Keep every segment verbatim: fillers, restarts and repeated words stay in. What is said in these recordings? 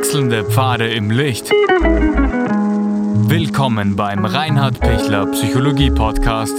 Wechselnde Pfade im Licht. Willkommen beim Reinhard Pichler Psychologie Podcast.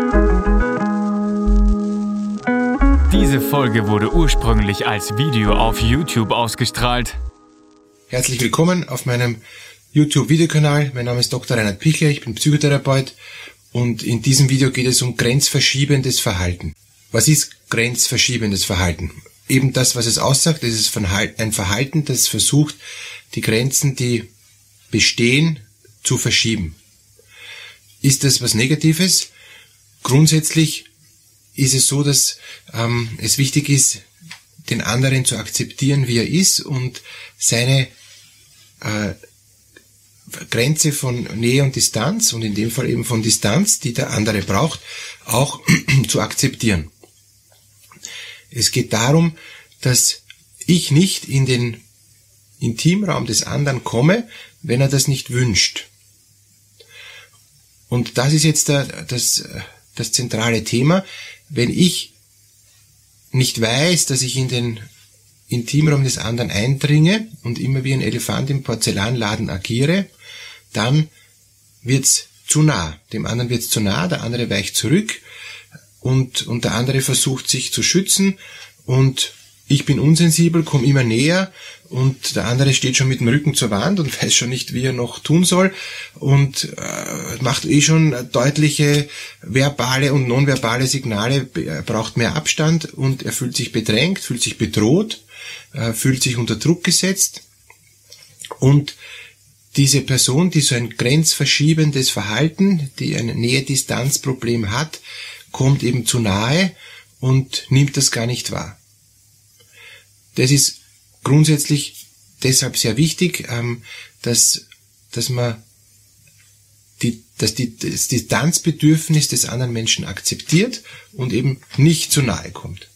Diese Folge wurde ursprünglich als Video auf YouTube ausgestrahlt. Herzlich willkommen auf meinem YouTube-Videokanal. Mein Name ist Doktor Reinhard Pichler, ich bin Psychotherapeut und in diesem Video geht es um grenzverschiebendes Verhalten. Was ist grenzverschiebendes Verhalten? Eben das, was es aussagt, es ist ein Verhalten, das versucht, die Grenzen, die bestehen, zu verschieben. Ist das was Negatives? Grundsätzlich ist es so, dass ähm, es wichtig ist, den anderen zu akzeptieren, wie er ist und seine äh, Grenze von Nähe und Distanz und in dem Fall eben von Distanz, die der andere braucht, auch zu akzeptieren. Es geht darum, dass ich nicht in den Intimraum des anderen komme, wenn er das nicht wünscht. Und das ist jetzt der, das, das zentrale Thema. Wenn ich nicht weiß, dass ich in den Intimraum des anderen eindringe und immer wie ein Elefant im Porzellanladen agiere, dann wird's zu nah. Dem anderen wird's zu nah, der andere weicht zurück und, und der andere versucht sich zu schützen und ich bin unsensibel, komme immer näher und der andere steht schon mit dem Rücken zur Wand und weiß schon nicht, wie er noch tun soll und äh, macht eh schon deutliche verbale und nonverbale Signale, er braucht mehr Abstand und er fühlt sich bedrängt, fühlt sich bedroht, äh, fühlt sich unter Druck gesetzt und diese Person, die so ein grenzverschiebendes Verhalten, die ein Nähe-Distanz-Problem hat, kommt eben zu nahe und nimmt das gar nicht wahr. Das ist grundsätzlich deshalb sehr wichtig, dass, dass man die, dass die, das Distanzbedürfnis des anderen Menschen akzeptiert und eben nicht zu nahe kommt.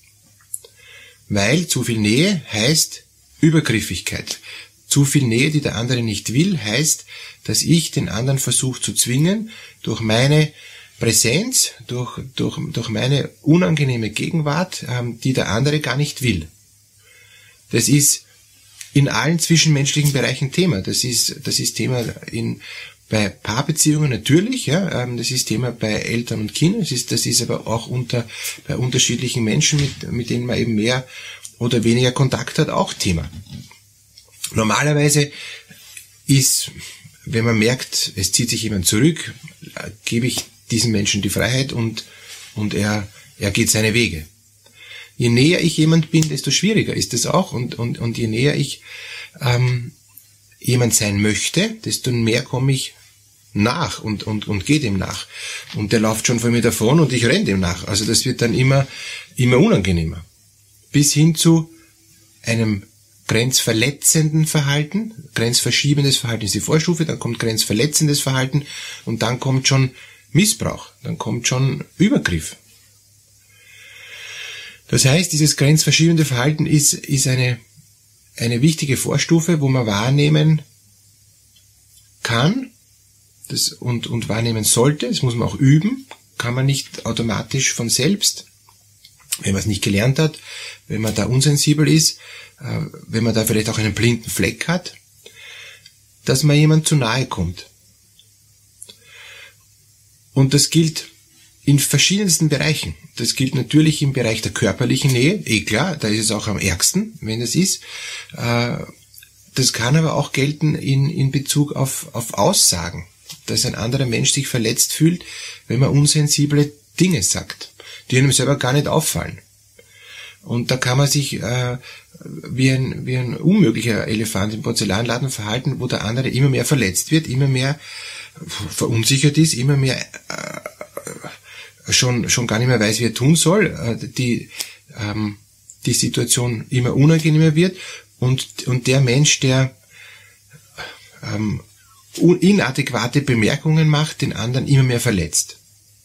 Weil zu viel Nähe heißt Übergriffigkeit. Zu viel Nähe, die der andere nicht will, heißt, dass ich den anderen versuche zu zwingen, durch meine Präsenz, durch, durch, durch meine unangenehme Gegenwart, ähm, die der andere gar nicht will. Das ist in allen zwischenmenschlichen Bereichen Thema. Das ist, das ist Thema in, bei Paarbeziehungen natürlich, ja, ähm, das ist Thema bei Eltern und Kindern, das ist, das ist aber auch unter, bei unterschiedlichen Menschen, mit, mit denen man eben mehr oder weniger Kontakt hat, auch Thema. Normalerweise ist, wenn man merkt, es zieht sich jemand zurück, gebe ich diesen Menschen die Freiheit und, und er, er geht seine Wege. Je näher ich jemand bin, desto schwieriger ist es auch und, und, und je näher ich ähm, jemand sein möchte, desto mehr komme ich nach und, und, und gehe dem nach. Und der läuft schon von mir davon und ich renne dem nach. Also das wird dann immer, immer unangenehmer. Bis hin zu einem grenzverletzenden Verhalten, grenzverschiebendes Verhalten ist die Vorstufe, dann kommt grenzverletzendes Verhalten und dann kommt schon Missbrauch, dann kommt schon Übergriff. Das heißt, dieses grenzverschiebende Verhalten ist, ist eine, eine wichtige Vorstufe, wo man wahrnehmen kann das und, und wahrnehmen sollte, das muss man auch üben, kann man nicht automatisch von selbst, wenn man es nicht gelernt hat, wenn man da unsensibel ist, wenn man da vielleicht auch einen blinden Fleck hat, dass man jemand zu nahe kommt. Und das gilt in verschiedensten Bereichen. Das gilt natürlich im Bereich der körperlichen Nähe, eh klar, da ist es auch am ärgsten, wenn es ist. Das kann aber auch gelten in, in Bezug auf, auf Aussagen, dass ein anderer Mensch sich verletzt fühlt, wenn man unsensible Dinge sagt, die einem selber gar nicht auffallen. Und da kann man sich äh, wie ein, wie ein unmöglicher Elefant im Porzellanladen verhalten, wo der andere immer mehr verletzt wird, immer mehr verunsichert ist, immer mehr äh, schon schon gar nicht mehr weiß, wie er tun soll, äh, die ähm, die Situation immer unangenehmer wird und und der Mensch, der ähm, inadäquate Bemerkungen macht, den anderen immer mehr verletzt.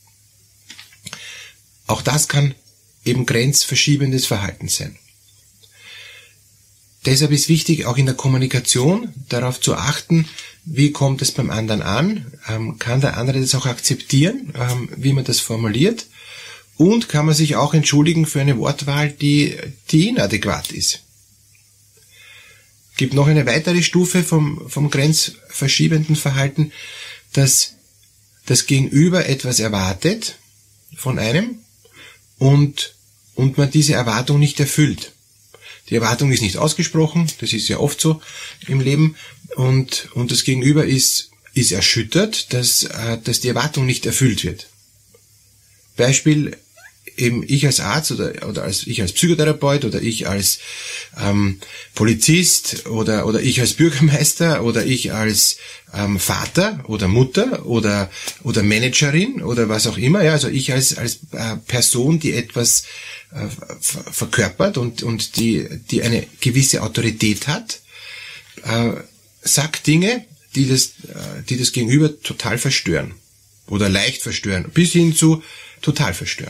Auch das kann eben grenzverschiebendes Verhalten sein. Deshalb ist wichtig, auch in der Kommunikation darauf zu achten, wie kommt es beim anderen an, ähm, kann der andere das auch akzeptieren, ähm, wie man das formuliert und kann man sich auch entschuldigen für eine Wortwahl, die, die inadäquat ist. gibt noch eine weitere Stufe vom, vom grenzverschiebenden Verhalten, dass das Gegenüber etwas erwartet von einem und, und man diese Erwartung nicht erfüllt. Die Erwartung ist nicht ausgesprochen, das ist ja oft so im Leben, und, und das Gegenüber ist, ist erschüttert, dass, äh, dass die Erwartung nicht erfüllt wird. Beispiel, eben ich als Arzt oder, oder als, ich als Psychotherapeut oder ich als ähm, Polizist oder, oder ich als Bürgermeister oder ich als ähm, Vater oder Mutter oder, oder Managerin oder was auch immer, ja, also ich als, als äh, Person, die etwas äh, ver- verkörpert und, und die, die eine gewisse Autorität hat, äh, sagt Dinge, die das, äh, die das Gegenüber total verstören oder leicht verstören, bis hin zu total verstören.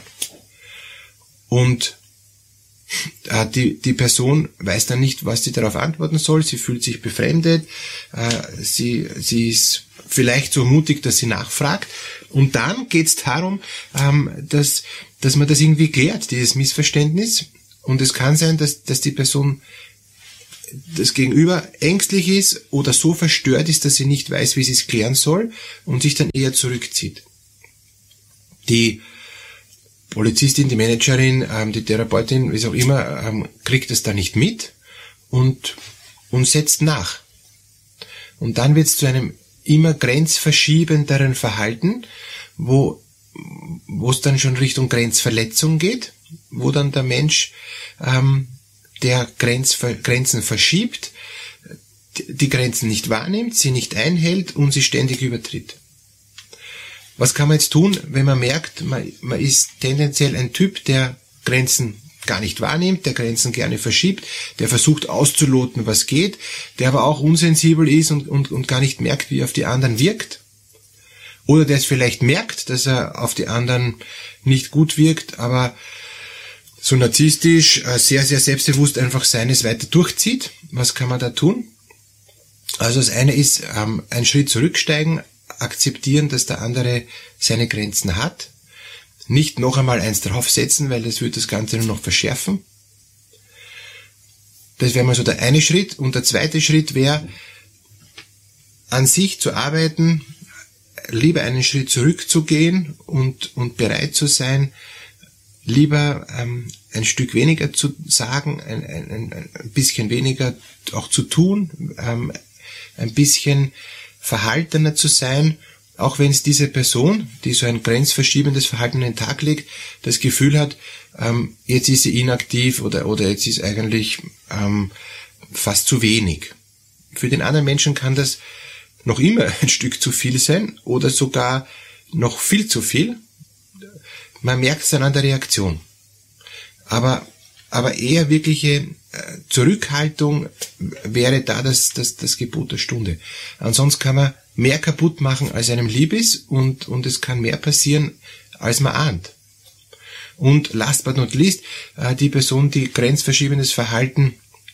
Und äh, die, die Person weiß dann nicht, was sie darauf antworten soll, sie fühlt sich befremdet, äh, sie, sie ist vielleicht so mutig, dass sie nachfragt, und dann geht es darum, ähm, dass, dass man das irgendwie klärt, dieses Missverständnis, und es kann sein, dass, dass die Person das Gegenüber ängstlich ist oder so verstört ist, dass sie nicht weiß, wie sie es klären soll und sich dann eher zurückzieht. Die Polizistin, die Managerin, ähm, die Therapeutin, wie auch immer, ähm, kriegt es da nicht mit und, und setzt nach. Und dann wird es zu einem immer grenzverschiebenderen Verhalten, wo wo es dann schon Richtung Grenzverletzung geht, wo dann der Mensch, ähm, der Grenz, Grenzen verschiebt, die Grenzen nicht wahrnimmt, sie nicht einhält und sie ständig übertritt. Was kann man jetzt tun, wenn man merkt, man, man ist tendenziell ein Typ, der Grenzen gar nicht wahrnimmt, der Grenzen gerne verschiebt, der versucht auszuloten, was geht, der aber auch unsensibel ist und, und, und gar nicht merkt, wie er auf die anderen wirkt? Oder der es vielleicht merkt, dass er auf die anderen nicht gut wirkt, aber so narzisstisch, sehr, sehr selbstbewusst einfach seines weiter durchzieht? Was kann man da tun? Also das eine ist, ähm, einen Schritt zurücksteigen, akzeptieren, dass der andere seine Grenzen hat, nicht noch einmal eins draufsetzen, weil das wird das Ganze nur noch verschärfen. Das wäre mal so der eine Schritt. Und der zweite Schritt wäre, an sich zu arbeiten, lieber einen Schritt zurückzugehen und, und bereit zu sein, lieber ähm, ein Stück weniger zu sagen, ein, ein, ein bisschen weniger auch zu tun, ähm, ein bisschen verhaltener zu sein, auch wenn es diese Person, die so ein grenzverschiebendes Verhalten an den Tag legt, das Gefühl hat, ähm, jetzt ist sie inaktiv oder, oder jetzt ist eigentlich ähm, fast zu wenig. Für den anderen Menschen kann das noch immer ein Stück zu viel sein oder sogar noch viel zu viel. Man merkt es dann an der Reaktion. Aber, aber eher wirkliche äh, Zurückhaltung wäre da das, das, das Gebot der Stunde. Ansonsten kann man mehr kaputt machen, als einem lieb ist, und, und es kann mehr passieren, als man ahnt. Und last but not least, äh, die Person, die grenzverschiebendes Verhalten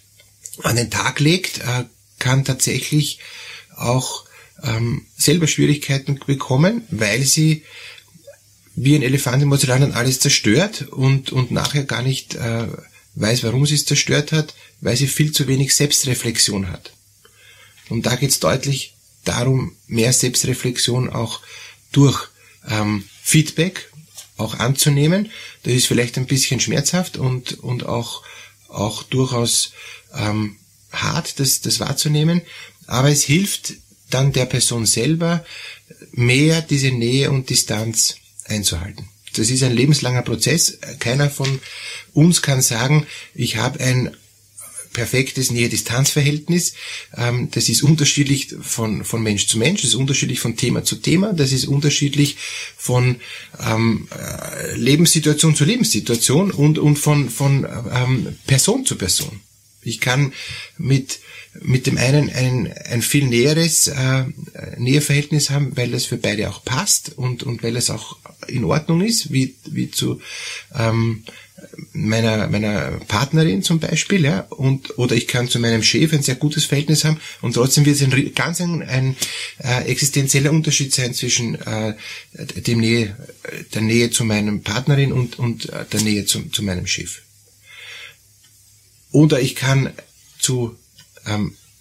an den Tag legt, äh, kann tatsächlich auch ähm, selber Schwierigkeiten bekommen, weil sie wie ein Elefant im Porzellan alles zerstört und, und nachher gar nicht äh, weiß, warum sie es zerstört hat, weil sie viel zu wenig Selbstreflexion hat. Und da geht es deutlich darum, mehr Selbstreflexion auch durch ähm, Feedback auch anzunehmen. Das ist vielleicht ein bisschen schmerzhaft und, und auch, auch durchaus ähm, hart, das, das wahrzunehmen, aber es hilft dann der Person selber, mehr diese Nähe und Distanz einzuhalten. Das ist ein lebenslanger Prozess. Keiner von uns kann sagen, ich habe ein perfektes Nähe-Distanz-Verhältnis. Das ist unterschiedlich von, von Mensch zu Mensch, das ist unterschiedlich von Thema zu Thema, das ist unterschiedlich von ähm, Lebenssituation zu Lebenssituation und, und von, von ähm, Person zu Person. Ich kann mit mit dem einen ein, ein viel näheres äh, Näheverhältnis haben, weil das für beide auch passt und und weil es auch in Ordnung ist, wie wie zu ähm, meiner meiner Partnerin zum Beispiel, ja, und oder ich kann zu meinem Chef ein sehr gutes Verhältnis haben und trotzdem wird es ein ganz ein, ein äh, existenzieller Unterschied sein zwischen äh, dem Nähe der Nähe zu meinem Partnerin und und äh, der Nähe zu, zu meinem Chef. Oder ich kann zu ähm,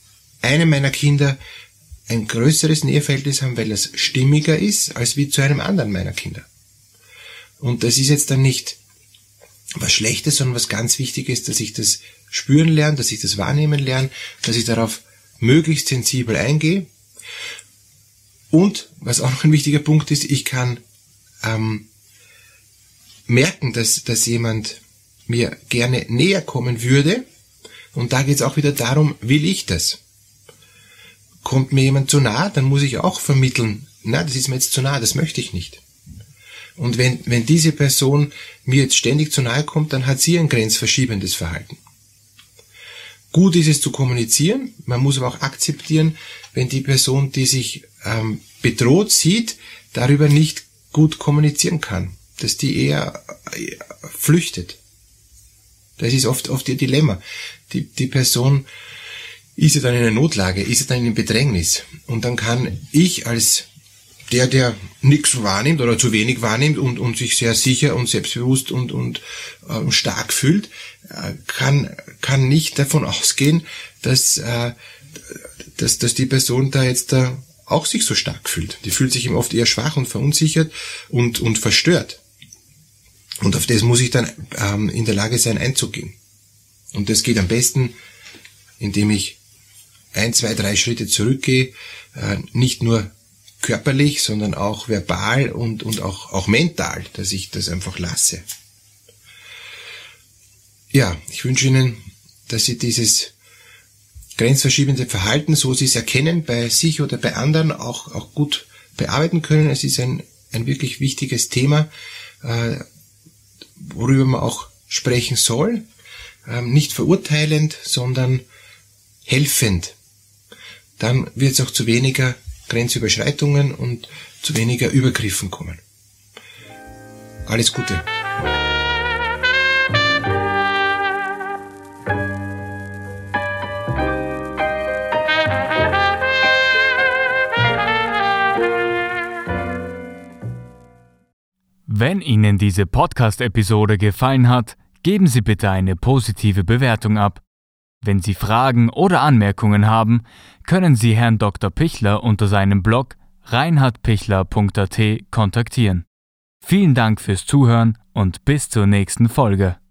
einem meiner Kinder ein größeres Näheverhältnis haben, weil das stimmiger ist, als wie zu einem anderen meiner Kinder. Und das ist jetzt dann nicht was Schlechtes, sondern was ganz Wichtiges, dass ich das spüren lerne, dass ich das wahrnehmen lerne, dass ich darauf möglichst sensibel eingehe. Und, was auch noch ein wichtiger Punkt ist, ich kann ähm, merken, dass, dass jemand mir gerne näher kommen würde. Und da geht es auch wieder darum, will ich das? Kommt mir jemand zu nah, dann muss ich auch vermitteln, na, das ist mir jetzt zu nah, das möchte ich nicht. Und wenn, wenn diese Person mir jetzt ständig zu nahe kommt, dann hat sie ein grenzverschiebendes Verhalten. Gut ist es zu kommunizieren, man muss aber auch akzeptieren, wenn die Person, die sich ähm, bedroht sieht, darüber nicht gut kommunizieren kann, dass die eher äh, flüchtet. Das ist oft, oft ihr Dilemma. Die, die Person ist ja dann in einer Notlage, ist ja dann in Bedrängnis. Und dann kann ich als der, der nichts wahrnimmt oder zu wenig wahrnimmt und, und sich sehr sicher und selbstbewusst und, und äh, stark fühlt, äh, kann, kann nicht davon ausgehen, dass, äh, dass, dass die Person da jetzt äh, auch sich so stark fühlt. Die fühlt sich eben oft eher schwach und verunsichert und, und verstört. Und auf das muss ich dann ähm, in der Lage sein, einzugehen. Und das geht am besten, indem ich ein, zwei, drei Schritte zurückgehe, äh, nicht nur körperlich, sondern auch verbal und, und auch, auch mental, dass ich das einfach lasse. Ja, ich wünsche Ihnen, dass Sie dieses grenzverschiebende Verhalten, so Sie es erkennen, bei sich oder bei anderen auch, auch gut bearbeiten können. Es ist ein, ein wirklich wichtiges Thema, äh, worüber man auch sprechen soll. Ähm, nicht verurteilend, sondern helfend. Dann wird es auch zu weniger Grenzüberschreitungen und zu weniger Übergriffen kommen. Alles Gute. Wenn Ihnen diese Podcast-Episode gefallen hat, geben Sie bitte eine positive Bewertung ab. Wenn Sie Fragen oder Anmerkungen haben, können Sie Herrn Doktor Pichler unter seinem Blog reinhard pichler punkt a t kontaktieren. Vielen Dank fürs Zuhören und bis zur nächsten Folge.